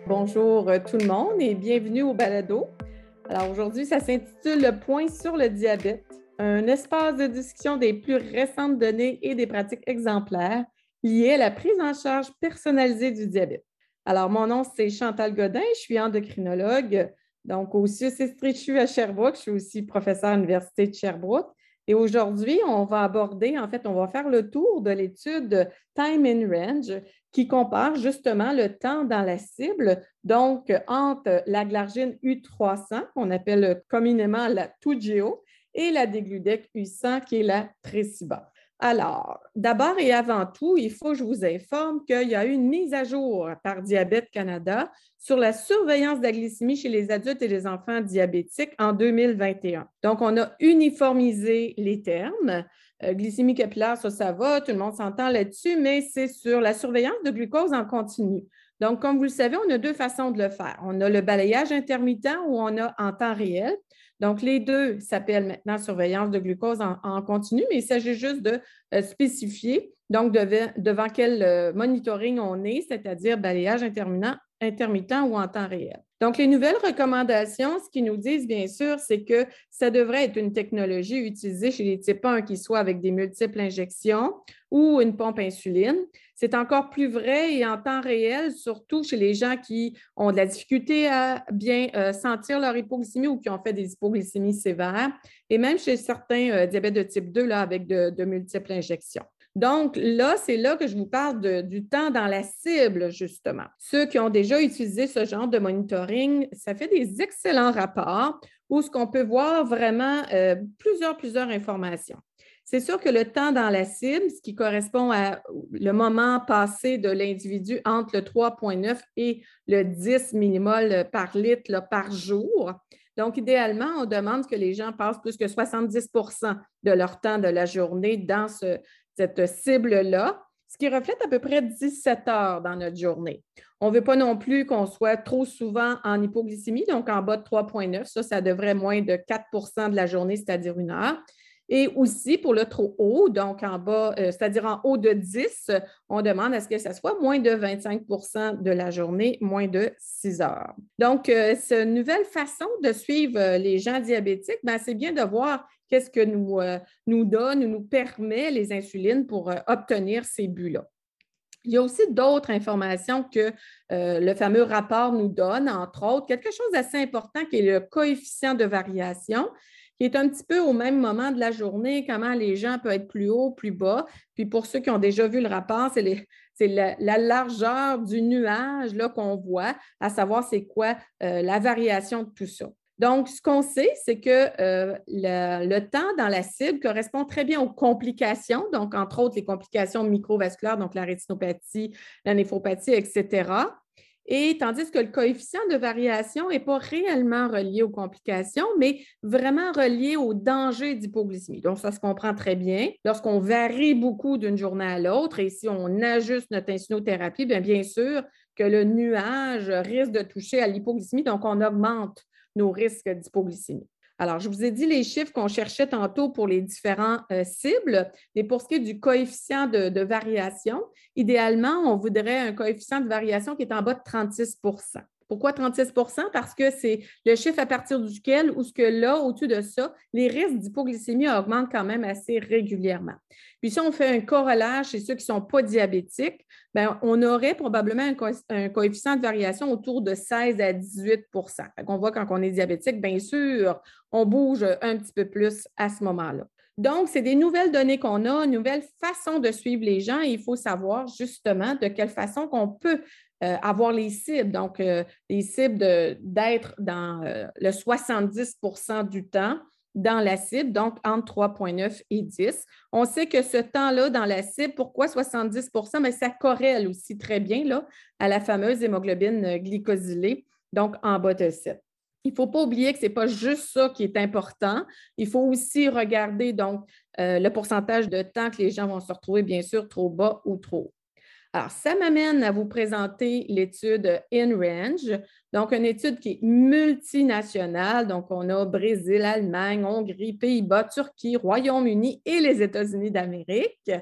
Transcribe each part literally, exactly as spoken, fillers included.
Bonjour euh, tout le monde et bienvenue au balado. Alors aujourd'hui, ça s'intitule Le point sur le diabète, un espace de discussion des plus récentes données et des pratiques exemplaires liées à la prise en charge personnalisée du diabète. Alors mon nom, c'est Chantal Godin, je suis endocrinologue, donc au C I U S Estrie à Sherbrooke, je suis aussi professeure à l'Université de Sherbrooke. Et aujourd'hui, on va aborder, en fait, on va faire le tour de l'étude Time in Range qui compare justement le temps dans la cible, donc entre la glargine U trois cents, qu'on appelle communément la Toujeo, et la Degludec U cent, qui est la Tresiba. Alors, d'abord et avant tout, il faut que je vous informe qu'il y a eu une mise à jour par Diabète Canada sur la surveillance de la glycémie chez les adultes et les enfants diabétiques en deux mille vingt et un. Donc, on a uniformisé les termes. Euh, glycémie capillaire, ça, ça va, tout le monde s'entend là-dessus, mais c'est sur la surveillance de glucose en continu. Donc, comme vous le savez, on a deux façons de le faire. On a le balayage intermittent ou on a en temps réel. Donc, les deux s'appellent maintenant surveillance de glucose en, en continu, mais il s'agit juste de euh, spécifier donc devant, devant quel euh, monitoring on est, c'est-à-dire balayage intermittent, intermittent ou en temps réel. Donc, les nouvelles recommandations, ce qu'ils nous disent, bien sûr, c'est que ça devrait être une technologie utilisée chez les types un qui soit avec des multiples injections ou une pompe insuline. C'est encore plus vrai et en temps réel, surtout chez les gens qui ont de la difficulté à bien euh, sentir leur hypoglycémie ou qui ont fait des hypoglycémies sévères, et même chez certains euh, diabètes de type deux là, avec de, de multiples injections. Donc là, c'est là que je vous parle de, du temps dans la cible, justement. Ceux qui ont déjà utilisé ce genre de monitoring, ça fait des excellents rapports où ce qu'on peut voir vraiment euh, plusieurs, plusieurs informations. C'est sûr que le temps dans la cible, ce qui correspond à le moment passé de l'individu entre le trois virgule neuf et le dix millimoles par litre là, par jour. Donc, idéalement, on demande que les gens passent plus que soixante-dix pour cent de leur temps de la journée dans ce, cette cible-là, ce qui reflète à peu près dix-sept heures dans notre journée. On ne veut pas non plus qu'on soit trop souvent en hypoglycémie, donc en bas de trois virgule neuf, ça, ça devrait moins de quatre pour cent de la journée, c'est-à-dire une heure. Et aussi, pour le trop haut, donc en bas, euh, c'est-à-dire en haut de dix, on demande à ce que ça soit moins de vingt-cinq pour cent de la journée, moins de six heures. Donc, euh, cette nouvelle façon de suivre euh, les gens diabétiques, ben, c'est bien de voir qu'est-ce que nous, euh, nous donne ou nous permet les insulines pour euh, obtenir ces buts-là. Il y a aussi d'autres informations que euh, le fameux rapport nous donne, entre autres, quelque chose d'assez important qui est le coefficient de variation, qui est un petit peu au même moment de la journée, comment les gens peuvent être plus haut, plus bas. Puis pour ceux qui ont déjà vu le rapport, c'est, les, c'est la, la, largeur du nuage là, qu'on voit, à savoir c'est quoi euh, la variation de tout ça. Donc, ce qu'on sait, c'est que euh, le, le temps dans la cible correspond très bien aux complications, donc entre autres les complications microvasculaires, donc la rétinopathie, la néphropathie, et cetera. Et tandis que le coefficient de variation n'est pas réellement relié aux complications, mais vraiment relié au danger d'hypoglycémie. Donc, ça se comprend très bien. Lorsqu'on varie beaucoup d'une journée à l'autre, et si on ajuste notre insulinothérapie, bien, bien sûr que le nuage risque de toucher à l'hypoglycémie, donc on augmente nos risques d'hypoglycémie. Alors, je vous ai dit les chiffres qu'on cherchait tantôt pour les différentes euh, cibles, mais pour ce qui est du coefficient de, de variation, idéalement, on voudrait un coefficient de variation qui est en bas de trente-six pour cent. Pourquoi trente-six pour cent? Parce que c'est le chiffre à partir duquel, ou ce que là, au-dessus de ça, les risques d'hypoglycémie augmentent quand même assez régulièrement. Puis si on fait un corollaire chez ceux qui ne sont pas diabétiques, bien, on aurait probablement un, co un coefficient de variation autour de seize à dix-huit pour cent. On voit quand on est diabétique, bien sûr, on bouge un petit peu plus à ce moment-là. Donc, c'est des nouvelles données qu'on a, une nouvelle façon de suivre les gens et il faut savoir justement de quelle façon qu'on peut euh, avoir les cibles. Donc, euh, les cibles d'être dans euh, le soixante-dix pour cent du temps dans la cible, donc entre trois virgule neuf et dix. On sait que ce temps-là dans la cible, pourquoi soixante-dix pour cent? Mais ça corrèle aussi très bien là, à la fameuse hémoglobine glycosylée, donc en bas de sept. Il ne faut pas oublier que ce n'est pas juste ça qui est important. Il faut aussi regarder donc euh, le pourcentage de temps que les gens vont se retrouver, bien sûr, trop bas ou trop haut. Alors, ça m'amène à vous présenter l'étude InRange, donc une étude qui est multinationale. Donc, on a Brésil, Allemagne, Hongrie, Pays-Bas, Turquie, Royaume-Uni et les États-Unis d'Amérique.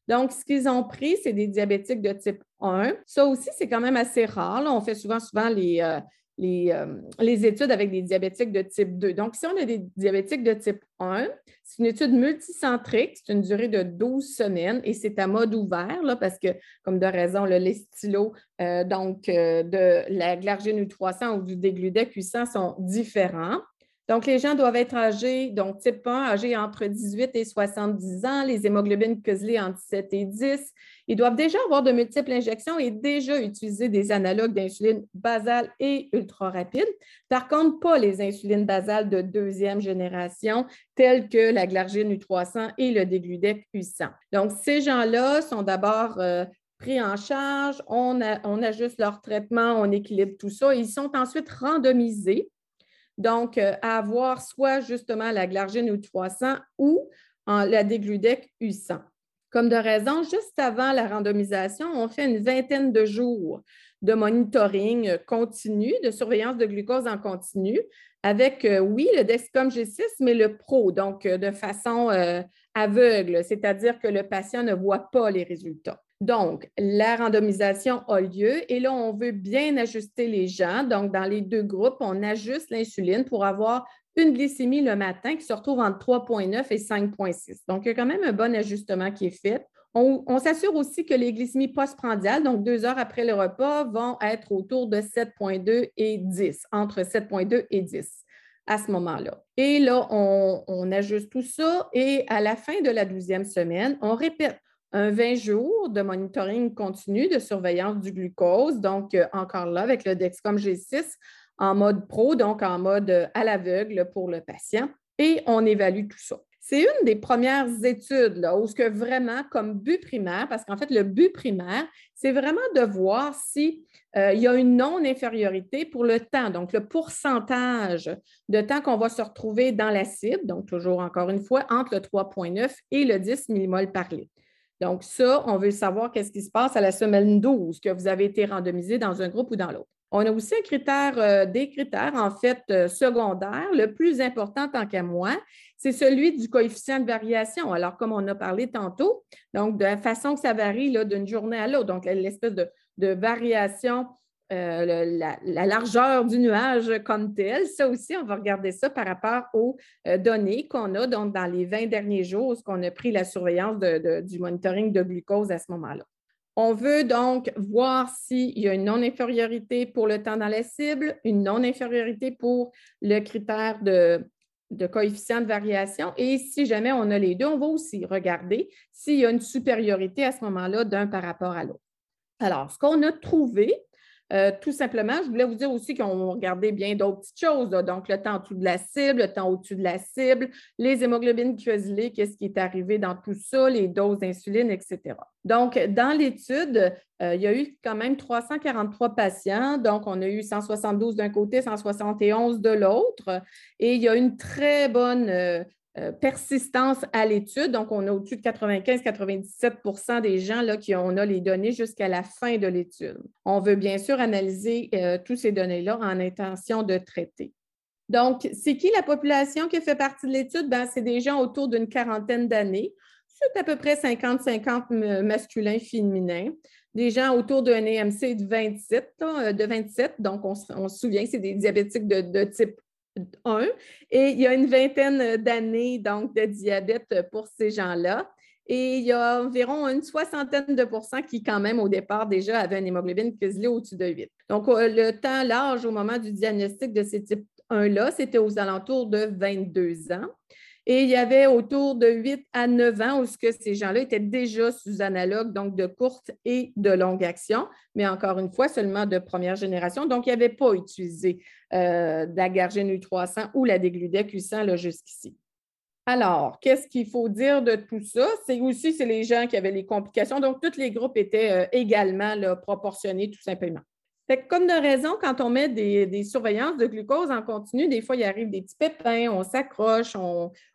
Donc, ce qu'ils ont pris, c'est des diabétiques de type un. Ça aussi, c'est quand même assez rare. Là. On fait souvent, souvent les, euh, les, euh, les études avec des diabétiques de type deux. Donc, si on a des diabétiques de type un, c'est une étude multicentrique, c'est une durée de douze semaines et c'est à mode ouvert là, parce que, comme de raison, là, les stylos euh, donc, euh, de la glargine U trois cents ou du Degludec huit cents sont différents. Donc, les gens doivent être âgés, donc type un, âgés entre dix-huit et soixante-dix ans, les hémoglobines Cosley entre sept et dix. Ils doivent déjà avoir de multiples injections et déjà utiliser des analogues d'insuline basale et ultra rapide. Par contre, pas les insulines basales de deuxième génération, telles que la glargine U trois cents et le Degludec huit cents. Donc, ces gens-là sont d'abord euh, pris en charge, on, a, on ajuste leur traitement, on équilibre tout ça. Ils sont ensuite randomisés. Donc, euh, à avoir soit justement la glargine U trois cents ou en, la Degludec huit cents. Comme de raison, juste avant la randomisation, on fait une vingtaine de jours de monitoring continu, de surveillance de glucose en continu, avec, euh, oui, le Dexcom G six, mais le Pro, donc euh, de façon euh, aveugle, c'est-à-dire que le patient ne voit pas les résultats. Donc, la randomisation a lieu et là, on veut bien ajuster les gens. Donc, dans les deux groupes, on ajuste l'insuline pour avoir une glycémie le matin qui se retrouve entre trois virgule neuf et cinq virgule six. Donc, il y a quand même un bon ajustement qui est fait. On, on s'assure aussi que les glycémies postprandiales, donc deux heures après le repas, vont être autour de sept virgule deux et dix, entre sept virgule deux et dix à ce moment-là. Et là, on, on ajuste tout ça et à la fin de la douzième semaine, on répète un vingt jours de monitoring continu de surveillance du glucose, donc euh, encore là avec le Dexcom G six en mode pro, donc en mode euh, à l'aveugle pour le patient, et on évalue tout ça. C'est une des premières études là, où ce que vraiment, comme but primaire, parce qu'en fait, le but primaire, c'est vraiment de voir s'il euh, y a une non-infériorité pour le temps, donc le pourcentage de temps qu'on va se retrouver dans la cible, donc toujours encore une fois, entre le trois virgule neuf et le dix millimoles par litre. Donc, ça, on veut savoir qu'est-ce qui se passe à la semaine douze, que vous avez été randomisé dans un groupe ou dans l'autre. On a aussi un critère, euh, des critères, en fait, euh, secondaires. Le plus important, tant qu'à moi, c'est celui du coefficient de variation. Alors, comme on a parlé tantôt, donc de la façon que ça varie là, d'une journée à l'autre, donc l'espèce de, de variation, euh, le, la, la largeur du nuage comme tel, ça aussi, on va regarder ça par rapport aux euh, données qu'on a donc dans les vingt derniers jours, qu'on a pris la surveillance de, de, du monitoring de glucose à ce moment-là. On veut donc voir s'il y a une non-infériorité pour le temps dans la cible, une non-infériorité pour le critère de, de coefficient de variation. Et si jamais on a les deux, on va aussi regarder s'il y a une supériorité à ce moment-là d'un par rapport à l'autre. Alors, ce qu'on a trouvé, Euh, tout simplement, je voulais vous dire aussi qu'on regardait bien d'autres petites choses, là. Donc le temps en dessous de la cible, le temps au-dessus de la cible, les hémoglobines Cosley, qu'est-ce qui est arrivé dans tout ça, les doses d'insuline, et cetera. Donc, dans l'étude, euh, il y a eu quand même trois cent quarante-trois patients, donc on a eu cent soixante-douze d'un côté, cent soixante et onze de l'autre, et il y a une très bonne euh, Euh, persistance à l'étude. Donc, on a au-dessus de quatre-vingt-quinze à quatre-vingt-dix-sept pour cent des gens là, qui ont, on a les données jusqu'à la fin de l'étude. On veut bien sûr analyser euh, toutes ces données-là en intention de traiter. Donc, c'est qui la population qui fait partie de l'étude? Ben, c'est des gens autour d'une quarantaine d'années. C'est à peu près cinquante cinquante masculins, féminins. Des gens autour d'un A M C de vingt-sept, là, de vingt-sept. Donc, on se, on se souvient que c'est des diabétiques de, de type un. Et il y a une vingtaine d'années donc, de diabète pour ces gens-là. Et il y a environ une soixantaine de pourcents qui, quand même, au départ, déjà avaient une hémoglobine Cosley au-dessus de huit. Donc, le temps, l'âge au moment du diagnostic de ces types un-là, c'était aux alentours de vingt-deux ans. Et il y avait autour de huit à neuf ans où ce que ces gens-là étaient déjà sous analogues, donc de courte et de longue action, mais encore une fois, seulement de première génération. Donc, ils n'avaient pas utilisé euh, de la Glargine U trois cents ou la Degludec huit cents là, jusqu'ici. Alors, qu'est-ce qu'il faut dire de tout ça? C'est aussi, c'est les gens qui avaient les complications. Donc, tous les groupes étaient euh, également là, proportionnés tout simplement. Fait que comme de raison, quand on met des, des surveillances de glucose en continu, des fois, il arrive des petits pépins, on s'accroche, on,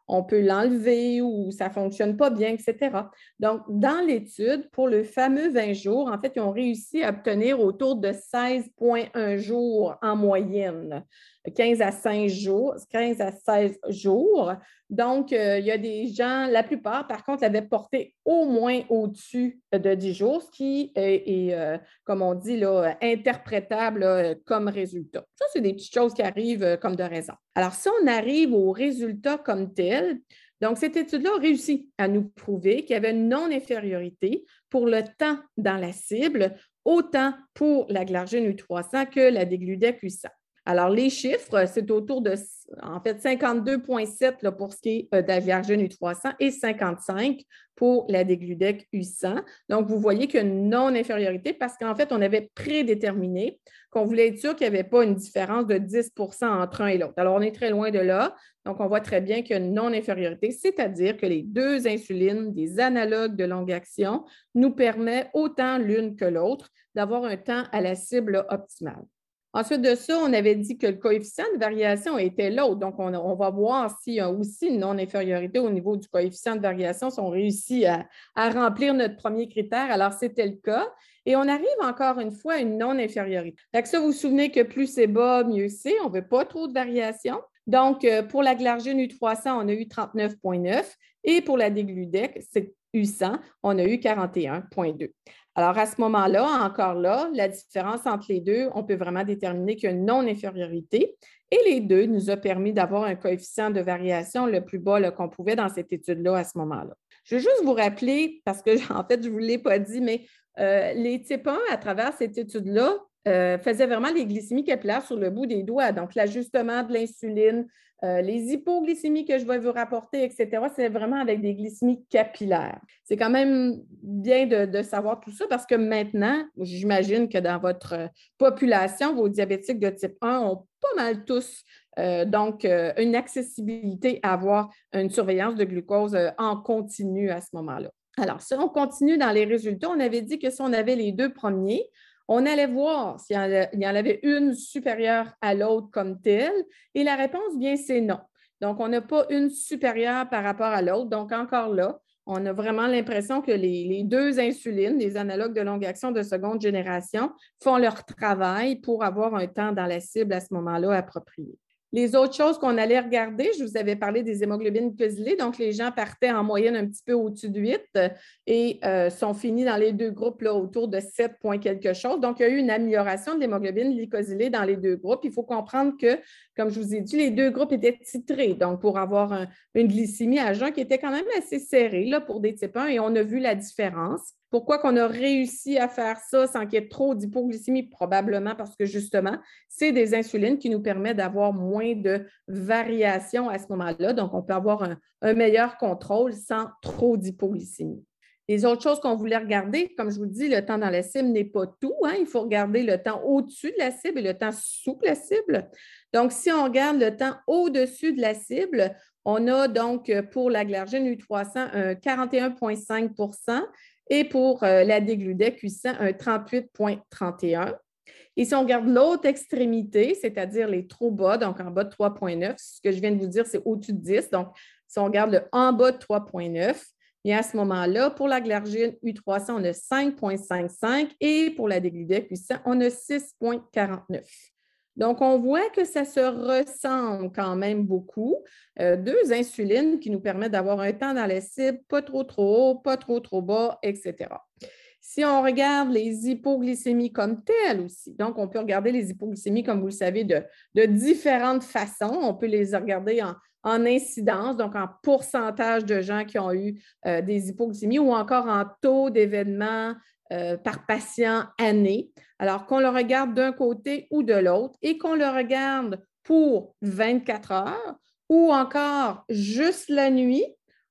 on peut l'enlever ou ça ne fonctionne pas bien, et cetera. Donc, dans l'étude, pour le fameux vingt jours, en fait, ils ont réussi à obtenir autour de seize virgule un jours en moyenne, quinze à seize jours, quinze à seize jours. Donc, euh, il y a des gens, la plupart, par contre, l'avaient porté au moins au-dessus de dix jours, ce qui est, est euh, comme on dit, là, interprétable là, comme résultat. Ça, c'est des petites choses qui arrivent euh, comme de raison. Alors, si on arrive aux résultats comme tels, donc cette étude-là a réussi à nous prouver qu'il y avait une non-infériorité pour le temps dans la cible, autant pour la glargine U trois cents que la Degludec U cent. Alors, les chiffres, c'est autour de, en fait, cinquante-deux virgule sept là, pour ce qui est de la glargine U trois cents et cinquante-cinq pour la Degludec U cent. Donc, vous voyez qu'il y a une non-infériorité parce qu'en fait, on avait prédéterminé qu'on voulait être sûr qu'il n'y avait pas une différence de dix pour cent entre un et l'autre. Alors, on est très loin de là. Donc, on voit très bien qu'il y a une non-infériorité, c'est-à-dire que les deux insulines, des analogues de longue action, nous permettent autant l'une que l'autre d'avoir un temps à la cible optimale. Ensuite de ça, on avait dit que le coefficient de variation était l'autre. Donc, on, on va voir s'il y a aussi une non-infériorité au niveau du coefficient de variation, si on réussit à, à remplir notre premier critère. Alors, c'était le cas. Et on arrive encore une fois à une non-infériorité. Fait que ça, vous vous souvenez que plus c'est bas, mieux c'est. On ne veut pas trop de variation. Donc, pour la glargine U trois cents, on a eu trente-neuf virgule neuf et pour la Degludec, c'est U cent, on a eu quarante et un virgule deux. Alors, à ce moment-là, encore là, la différence entre les deux, on peut vraiment déterminer qu'il y a une non-infériorité et les deux nous ont permis d'avoir un coefficient de variation le plus bas qu'on pouvait dans cette étude-là à ce moment-là. Je veux juste vous rappeler, parce que en fait, je ne vous l'ai pas dit, mais euh, les type un, à travers cette étude-là, euh, faisaient vraiment les glycémies capillaires sur le bout des doigts. Donc, l'ajustement de l'insuline, euh, les hypoglycémies que je vais vous rapporter, et cetera, c'est vraiment avec des glycémies capillaires. C'est quand même bien de, de savoir tout ça parce que maintenant, j'imagine que dans votre population, vos diabétiques de type un ont pas mal tous euh, donc euh, une accessibilité à avoir une surveillance de glucose euh, en continu à ce moment-là. Alors, si on continue dans les résultats, on avait dit que si on avait les deux premiers, on allait voir s'il y en avait une supérieure à l'autre comme telle. Et la réponse, bien, c'est non. Donc, on n'a pas une supérieure par rapport à l'autre. Donc, encore là, on a vraiment l'impression que les, les deux insulines, les analogues de longue action de seconde génération, font leur travail pour avoir un temps dans la cible à ce moment-là approprié. Les autres choses qu'on allait regarder, je vous avais parlé des hémoglobines glycylées, donc les gens partaient en moyenne un petit peu au-dessus de huit et euh, sont finis dans les deux groupes là, autour de sept points quelque chose. Donc, il y a eu une amélioration de l'hémoglobine glycosylée dans les deux groupes. Il faut comprendre que, comme je vous ai dit, les deux groupes étaient titrés, donc pour avoir un, une glycémie à jeun qui était quand même assez serrée là, pour des types un et on a vu la différence. Pourquoi qu'on a réussi à faire ça sans qu'il y ait trop d'hypoglycémie? Probablement parce que justement, c'est des insulines qui nous permettent d'avoir moins de variations à ce moment-là. Donc, on peut avoir un, un meilleur contrôle sans trop d'hypoglycémie. Les autres choses qu'on voulait regarder, comme je vous dis, le temps dans la cible n'est pas tout. Hein? Il faut regarder le temps au-dessus de la cible et le temps sous la cible. Donc, si on regarde le temps au-dessus de la cible, on a donc pour la glargine U trois cents un quarante et un virgule cinq pour cent et pour euh, la Degludec U cent un trente-huit virgule trente et un. Et si on regarde l'autre extrémité, c'est-à-dire les trop bas, donc en bas de trois virgule neuf, ce que je viens de vous dire, c'est au-dessus de dix. Donc, si on regarde le en bas de trois virgule neuf, bien à ce moment-là, pour la glargine U trois cents, on a cinq virgule cinquante-cinq et pour la Degludec U cent, on a six virgule quarante-neuf. Donc, on voit que ça se ressemble quand même beaucoup. Euh, deux insulines qui nous permettent d'avoir un temps dans la cible, pas trop trop haut, pas trop trop bas, et cetera. Si on regarde les hypoglycémies comme telles aussi, donc on peut regarder les hypoglycémies, comme vous le savez, de, de différentes façons. On peut les regarder en, en incidence, donc en pourcentage de gens qui ont eu euh, des hypoglycémies ou encore en taux d'événement euh, par patient année. Alors qu'on le regarde d'un côté ou de l'autre et qu'on le regarde pour vingt-quatre heures ou encore juste la nuit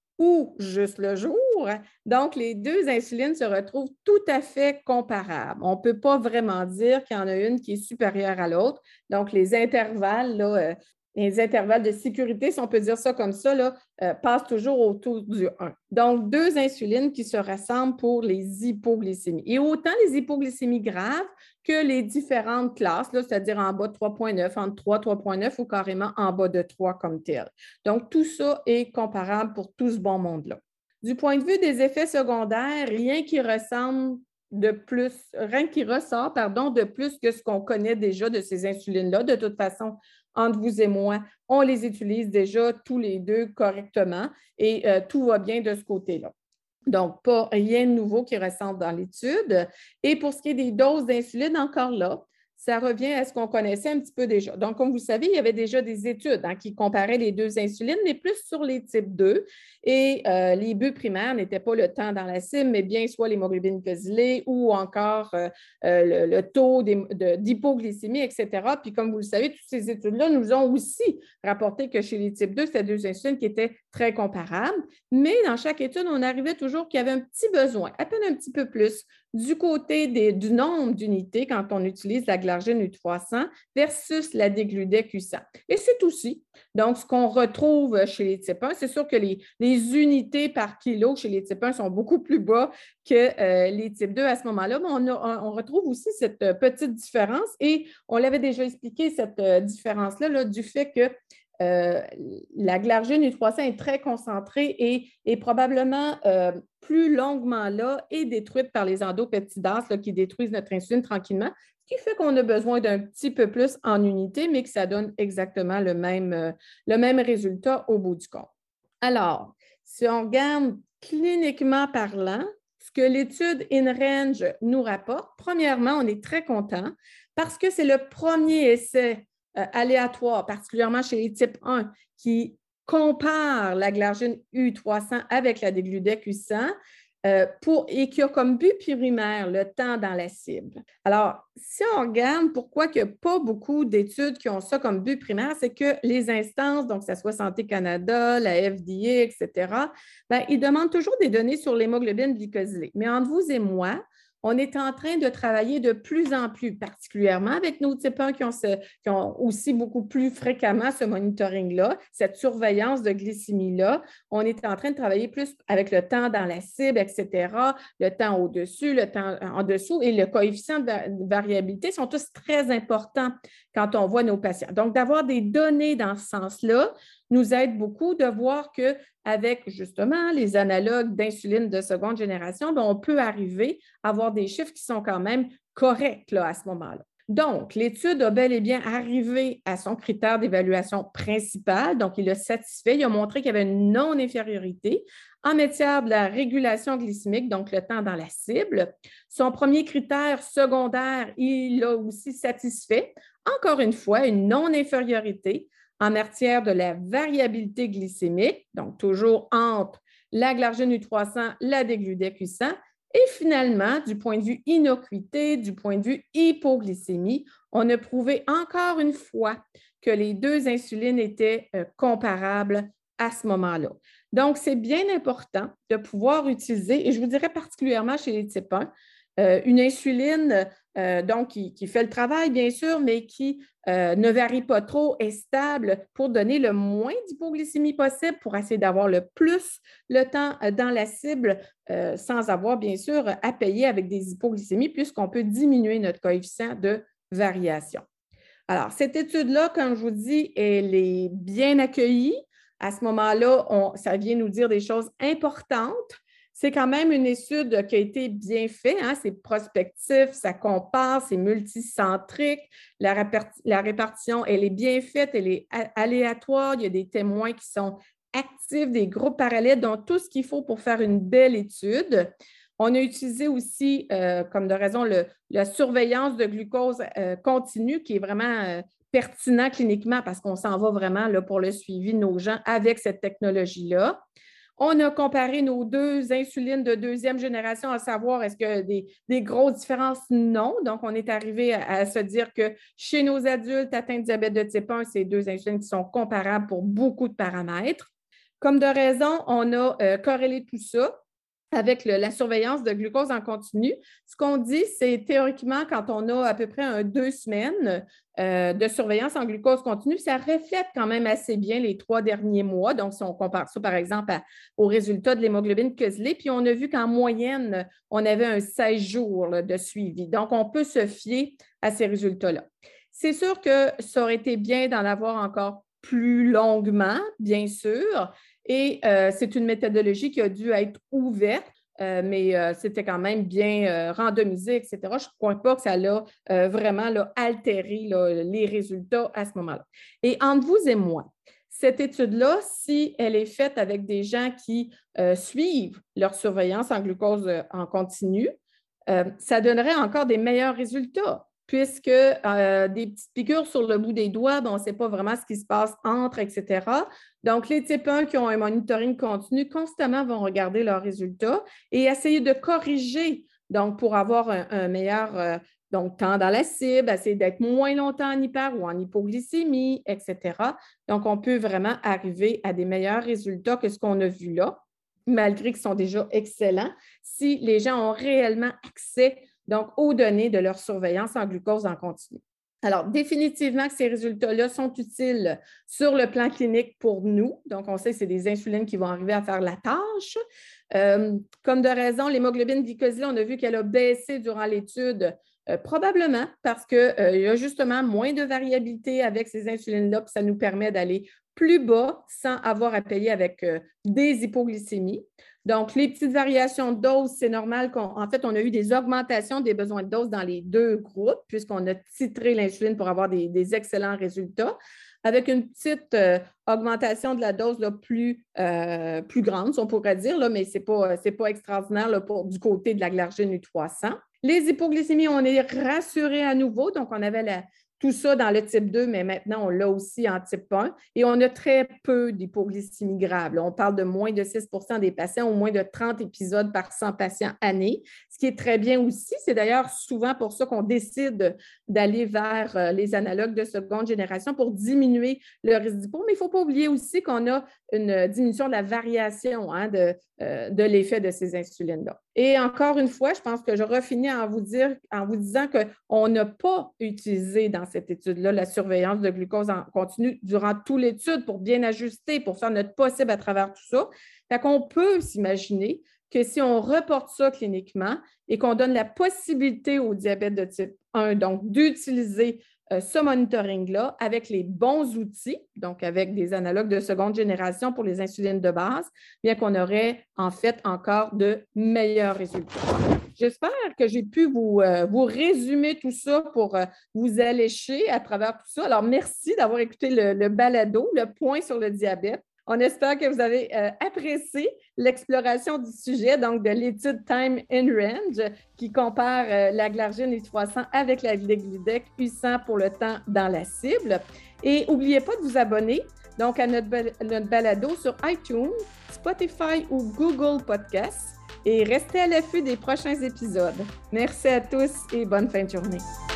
ou juste le jour. Donc, les deux insulines se retrouvent tout à fait comparables. On ne peut pas vraiment dire qu'il y en a une qui est supérieure à l'autre. Donc, les intervalles là, euh, les intervalles de sécurité, si on peut dire ça comme ça, là, euh, passent toujours autour du un. Donc, deux insulines qui se rassemblent pour les hypoglycémies. Et autant les hypoglycémies graves que les différentes classes, là, c'est-à-dire en bas de trois virgule neuf, entre trois et trois virgule neuf ou carrément en bas de trois comme tel. Donc, tout ça est comparable pour tout ce bon monde-là. Du point de vue des effets secondaires, rien qui ressemble de plus, rien qui ressort, pardon, de plus que ce qu'on connaît déjà de ces insulines-là. De toute façon, entre vous et moi, on les utilise déjà tous les deux correctement et euh, tout va bien de ce côté-là. Donc, pas rien de nouveau qui ressort dans l'étude. Et pour ce qui est des doses d'insuline, encore là, ça revient à ce qu'on connaissait un petit peu déjà. Donc, comme vous le savez, il y avait déjà des études hein, qui comparaient les deux insulines, mais plus sur les types deux. Et euh, les buts primaires n'étaient pas le temps dans la cible, mais bien soit l'hémoglobine glycosylée ou encore euh, euh, le, le taux d'hypoglycémie, et cetera. Puis, comme vous le savez, toutes ces études-là nous ont aussi rapporté que chez les types deux, c'était deux insulines qui étaient très comparables. Mais dans chaque étude, on arrivait toujours qu'il y avait un petit besoin, à peine un petit peu plus, du côté des, du nombre d'unités quand on utilise la glargine U trois cents versus la dégludec U cent. Et c'est aussi, donc, ce qu'on retrouve chez les types un. C'est sûr que les, les unités par kilo chez les types un sont beaucoup plus bas que euh, les types deux à ce moment-là, mais on, a, on retrouve aussi cette petite différence et on l'avait déjà expliqué, cette euh, différence-là, là, du fait que Euh, la glargine U trois cents est très concentrée et est probablement euh, plus longuement là et détruite par les endopeptidases là, qui détruisent notre insuline tranquillement, ce qui fait qu'on a besoin d'un petit peu plus en unité, mais que ça donne exactement le même, euh, le même résultat au bout du compte. Alors, si on regarde cliniquement parlant, ce que l'étude InRange nous rapporte, premièrement, on est très content parce que c'est le premier essai Euh, aléatoire, particulièrement chez les types un, qui compare la glargine U trois cents avec la dégludec U cent euh, pour, et qui a comme but primaire le temps dans la cible. Alors, si on regarde pourquoi il n'y a pas beaucoup d'études qui ont ça comme but primaire, c'est que les instances, donc que ce soit Santé Canada, la F D A, et cetera, bien, ils demandent toujours des données sur l'hémoglobine glycosylée. Mais entre vous et moi, on est en train de travailler de plus en plus, particulièrement avec nos types un qui ont, ce, qui ont aussi beaucoup plus fréquemment ce monitoring-là, cette surveillance de glycémie-là. On est en train de travailler plus avec le temps dans la cible, et cetera, le temps au-dessus, le temps en dessous et le coefficient de variabilité sont tous très importants quand on voit nos patients. Donc, d'avoir des données dans ce sens-là nous aide beaucoup de voir qu'avec justement les analogues d'insuline de seconde génération, bien, on peut arriver à avoir des chiffres qui sont quand même corrects là, à ce moment-là. Donc, l'étude a bel et bien arrivé à son critère d'évaluation principal, donc il a satisfait, il a montré qu'il y avait une non-infériorité en matière de la régulation glycémique, donc le temps dans la cible. Son premier critère secondaire, il l'a aussi satisfait. Encore une fois, une non-infériorité en matière de la variabilité glycémique, donc toujours entre la glargine U trois cents, la dégludec U cent, et finalement, du point de vue innocuité, du point de vue hypoglycémie, on a prouvé encore une fois que les deux insulines étaient euh, comparables à ce moment-là. Donc, c'est bien important de pouvoir utiliser, et je vous dirais particulièrement chez les types un, euh, une insuline euh, donc, qui, qui fait le travail, bien sûr, mais qui euh, ne varie pas trop, est stable pour donner le moins d'hypoglycémie possible, pour essayer d'avoir le plus le temps dans la cible euh, sans avoir, bien sûr, à payer avec des hypoglycémies, puisqu'on peut diminuer notre coefficient de variation. Alors, cette étude-là, comme je vous dis, elle est bien accueillie. À ce moment-là, on, ça vient nous dire des choses importantes. C'est quand même une étude qui a été bien faite, hein? C'est prospectif, ça compare, c'est multicentrique, la, réparti la répartition, elle est bien faite, elle est aléatoire, il y a des témoins qui sont actifs, des groupes parallèles, donc tout ce qu'il faut pour faire une belle étude. On a utilisé aussi, euh, comme de raison, le, la surveillance de glucose euh, continue, qui est vraiment euh, pertinent cliniquement parce qu'on s'en va vraiment là, pour le suivi de nos gens avec cette technologie-là. On a comparé nos deux insulines de deuxième génération, à savoir est-ce qu'il y a des, des grosses différences? Non. Donc, on est arrivé à, à se dire que chez nos adultes atteints de diabète de type un, c'est deux insulines qui sont comparables pour beaucoup de paramètres. Comme de raison, on a euh, corrélé tout ça avec le, la surveillance de glucose en continu. Ce qu'on dit, c'est théoriquement, quand on a à peu près un, deux semaines euh, de surveillance en glucose continu, ça reflète quand même assez bien les trois derniers mois. Donc, si on compare ça, par exemple, à, aux résultats de l'hémoglobine Koslet, puis on a vu qu'en moyenne, on avait un seize jours là, de suivi. Donc, on peut se fier à ces résultats-là. C'est sûr que ça aurait été bien d'en avoir encore plus longuement, bien sûr, et euh, c'est une méthodologie qui a dû être ouverte, euh, mais euh, c'était quand même bien euh, randomisé, et cetera. Je ne crois pas que ça l'a euh, vraiment là, altéré là, les résultats à ce moment-là. Et entre vous et moi, cette étude-là, si elle est faite avec des gens qui euh, suivent leur surveillance en glucose euh, en continu, euh, ça donnerait encore des meilleurs résultats, puisque euh, des petites piqûres sur le bout des doigts, ben, on ne sait pas vraiment ce qui se passe entre, et cetera. Donc, les types un qui ont un monitoring continu constamment vont regarder leurs résultats et essayer de corriger, donc pour avoir un, un meilleur euh, donc, temps dans la cible, essayer d'être moins longtemps en hyper ou en hypoglycémie, et cetera. Donc, on peut vraiment arriver à des meilleurs résultats que ce qu'on a vu là, malgré qu'ils sont déjà excellents, si les gens ont réellement accès donc aux données de leur surveillance en glucose en continu. Alors, définitivement que ces résultats-là sont utiles sur le plan clinique pour nous. Donc, on sait que c'est des insulines qui vont arriver à faire la tâche. Euh, comme de raison, l'hémoglobine glycosylée, on a vu qu'elle a baissé durant l'étude, euh, probablement parce qu'il euh, y a justement moins de variabilité avec ces insulines-là, puis ça nous permet d'aller plus bas sans avoir à payer avec euh, des hypoglycémies. Donc, les petites variations de dose, c'est normal qu'en fait, on a eu des augmentations des besoins de dose dans les deux groupes, puisqu'on a titré l'insuline pour avoir des, des excellents résultats, avec une petite euh, augmentation de la dose là, plus, euh, plus grande, si on pourrait dire, là, mais ce n'est pas, c'est pas extraordinaire là, pour, du côté de la glargine U trois cents. Les hypoglycémies, on est rassurés à nouveau, donc on avait la, tout ça dans le type deux, mais maintenant, on l'a aussi en type un. Et on a très peu d'hypoglycémie grave. Là, on parle de moins de six pour cent des patients ou moins de trente épisodes par cent patients année, ce qui est très bien aussi. C'est d'ailleurs souvent pour ça qu'on décide d'aller vers les analogues de seconde génération pour diminuer le risque d'hypo. Mais il ne faut pas oublier aussi qu'on a une diminution de la variation hein, de, euh, de l'effet de ces insulines-là. Et encore une fois, je pense que je refinis en vous, dire, en vous disant qu'on n'a pas utilisé dans cette étude-là la surveillance de glucose en continu durant toute l'étude pour bien ajuster, pour faire notre possible à travers tout ça. Fait qu'on peut s'imaginer que si on reporte ça cliniquement et qu'on donne la possibilité au diabète de type un, donc d'utiliser euh, ce monitoring-là avec les bons outils, donc avec des analogues de seconde génération pour les insulines de base, bien qu'on aurait en fait encore de meilleurs résultats. J'espère que j'ai pu vous, euh, vous résumer tout ça pour euh, vous allécher à travers tout ça. Alors, merci d'avoir écouté le, le balado, le point sur le diabète. On espère que vous avez euh, apprécié l'exploration du sujet, donc de l'étude Time in Range, qui compare euh, la glargine U trois cents avec la Glegludec U cent pour le temps dans la cible. Et n'oubliez pas de vous abonner donc, à notre, notre balado sur iTunes, Spotify ou Google Podcasts et restez à l'affût des prochains épisodes. Merci à tous et bonne fin de journée.